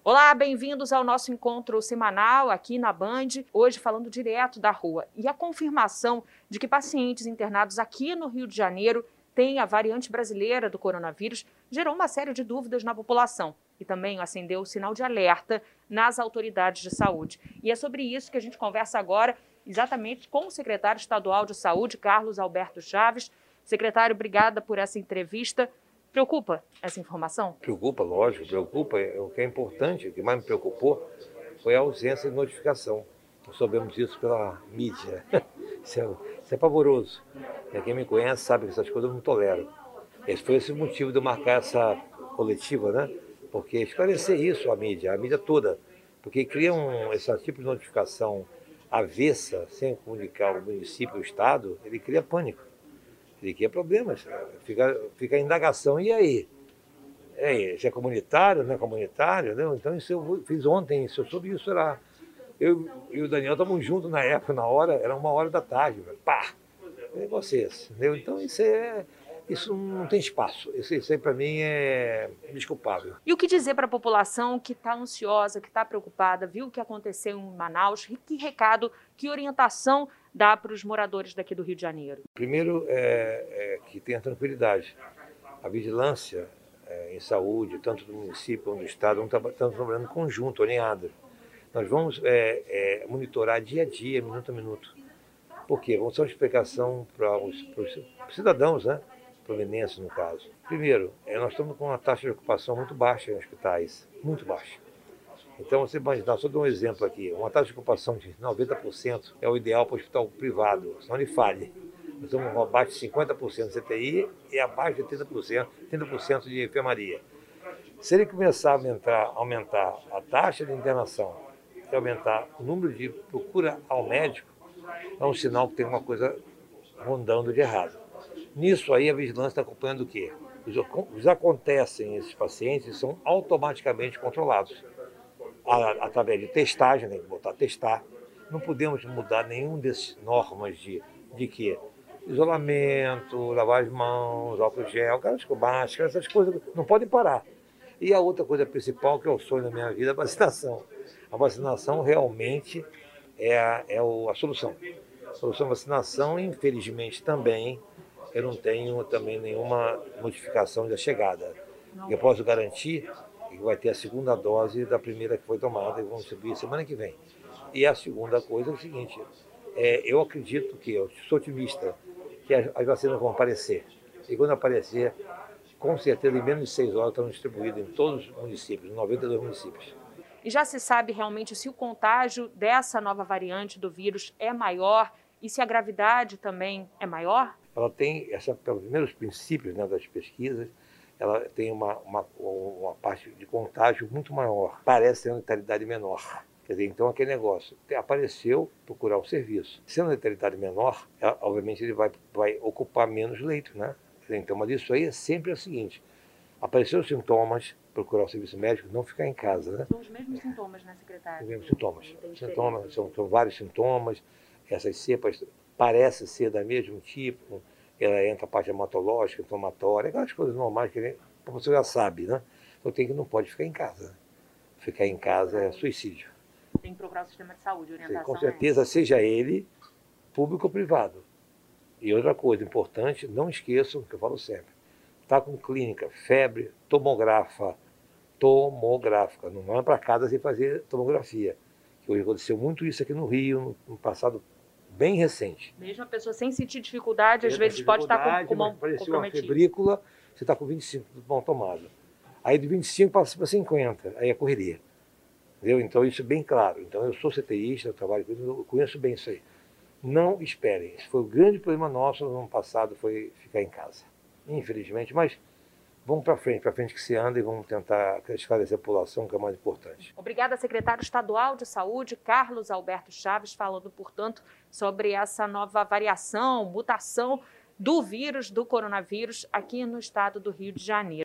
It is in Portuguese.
Olá, bem-vindos ao nosso encontro semanal aqui na Band, hoje falando direto da rua. E a confirmação de que pacientes internados aqui no Rio de Janeiro têm a variante brasileira do coronavírus gerou uma série de dúvidas na população e também acendeu o sinal de alerta nas autoridades de saúde. E é sobre isso que a gente conversa agora exatamente com o secretário estadual de saúde, Carlos Alberto Chaves. Secretário, obrigada por essa entrevista. Preocupa essa informação? Preocupa, lógico, preocupa. O que é importante, o que mais me preocupou foi a ausência de notificação. Nós soubemos disso pela mídia. Isso é pavoroso. Quem me conhece sabe que essas coisas eu não tolero. Esse foi esse o motivo de eu marcar essa coletiva, né? Porque esclarecer isso à mídia toda, porque criam esse tipo de notificação avessa, sem comunicar o município e o estado, ele cria pânico. Ele cria problemas, fica a indagação, e aí? Já é comunitário, não é comunitário? Não? Então isso eu fiz ontem, isso, eu soube isso, eu e o Daniel estávamos juntos na época, na hora, era 1h da tarde, pá! Que negócio é esse? Entendeu? Então isso não tem espaço, isso aí para mim é desculpável. E o que dizer para a população que está ansiosa, que está preocupada, viu o que aconteceu em Manaus? Que recado, que orientação dá para os moradores daqui do Rio de Janeiro? Primeiro, que tenha tranquilidade. A vigilância em saúde, tanto do município como do estado, estamos trabalhando em conjunto, alinhado. Nós vamos monitorar dia a dia, minuto a minuto. Por quê? Vamos dar uma explicação para os cidadãos, né? Prominenses, no caso. Primeiro, nós estamos com uma taxa de ocupação muito baixa em hospitais, muito baixa. Então, você imagina, só dou um exemplo aqui, uma taxa de ocupação de 90% é o ideal para o hospital privado, senão ele falhe. Nós estamos abaixo de 50% de CTI e abaixo de 30% de enfermaria. Se ele começar a aumentar a taxa de internação e aumentar o número de procura ao médico, é um sinal que tem uma coisa rondando de errado. Nisso aí a vigilância está acompanhando o quê? Os acontecem, esses pacientes são automaticamente controlados através de testagem, tem que botar testar. Não podemos mudar nenhum dessas normas de quê? Isolamento, lavar as mãos, álcool gel, aquelas máscaras, essas coisas não podem parar. E a outra coisa principal, que é o sonho da minha vida, é a vacinação. A vacinação realmente é a solução. A solução da vacinação, infelizmente também, eu não tenho também nenhuma notificação da chegada. Eu posso garantir que vai ter a segunda dose da primeira que foi tomada e vamos subir semana que vem. E a segunda coisa é o seguinte, eu acredito eu sou otimista, que as vacinas vão aparecer. E quando aparecer, com certeza em menos de 6 horas estão distribuídas em todos os municípios, 92 municípios. E já se sabe realmente se o contágio dessa nova variante do vírus é maior e se a gravidade também é maior? Ela tem, pelos primeiros princípios, né, das pesquisas, ela tem uma parte de contágio muito maior, parece ter uma letalidade menor. Quer dizer, então aquele negócio, apareceu, procurar o serviço. Sendo uma letalidade menor, obviamente ele vai ocupar menos leito, né? Então, mas isso aí é sempre o seguinte, apareceram sintomas, procurar o serviço médico, não ficar em casa, né? São os mesmos sintomas, né, secretário? Os mesmos sintomas. São vários sintomas, essas cepas parecem ser da mesmo tipo, ela entra a parte hematológica, inflamatória, aquelas coisas normais que você já sabe, né? Então não pode ficar em casa. Ficar em casa é suicídio. Tem que procurar o sistema de saúde, orientação. Com certeza, seja ele público ou privado. E outra coisa importante, não esqueçam, que eu falo sempre, está com clínica, febre, tomográfica, não vai para casa sem fazer tomografia. Que hoje aconteceu muito isso aqui no Rio, no passado bem recente. Mesmo a pessoa sem sentir dificuldade, às vezes pode estar com uma comprometida. Uma febrícula, você está com 25 de mão tomada. Aí de 25 passa para 50, aí é correria. Entendeu? Então isso é bem claro. Então eu sou CTIsta, eu trabalho com isso, eu conheço bem isso aí. Não esperem. Esse foi o grande problema nosso no ano passado, foi ficar em casa. Infelizmente, mas vamos para frente que se anda e vamos tentar esclarecer a população, que é o mais importante. Obrigada, secretário estadual de saúde, Carlos Alberto Chaves, falando, portanto, sobre essa nova variação, mutação do vírus, do coronavírus, aqui no estado do Rio de Janeiro.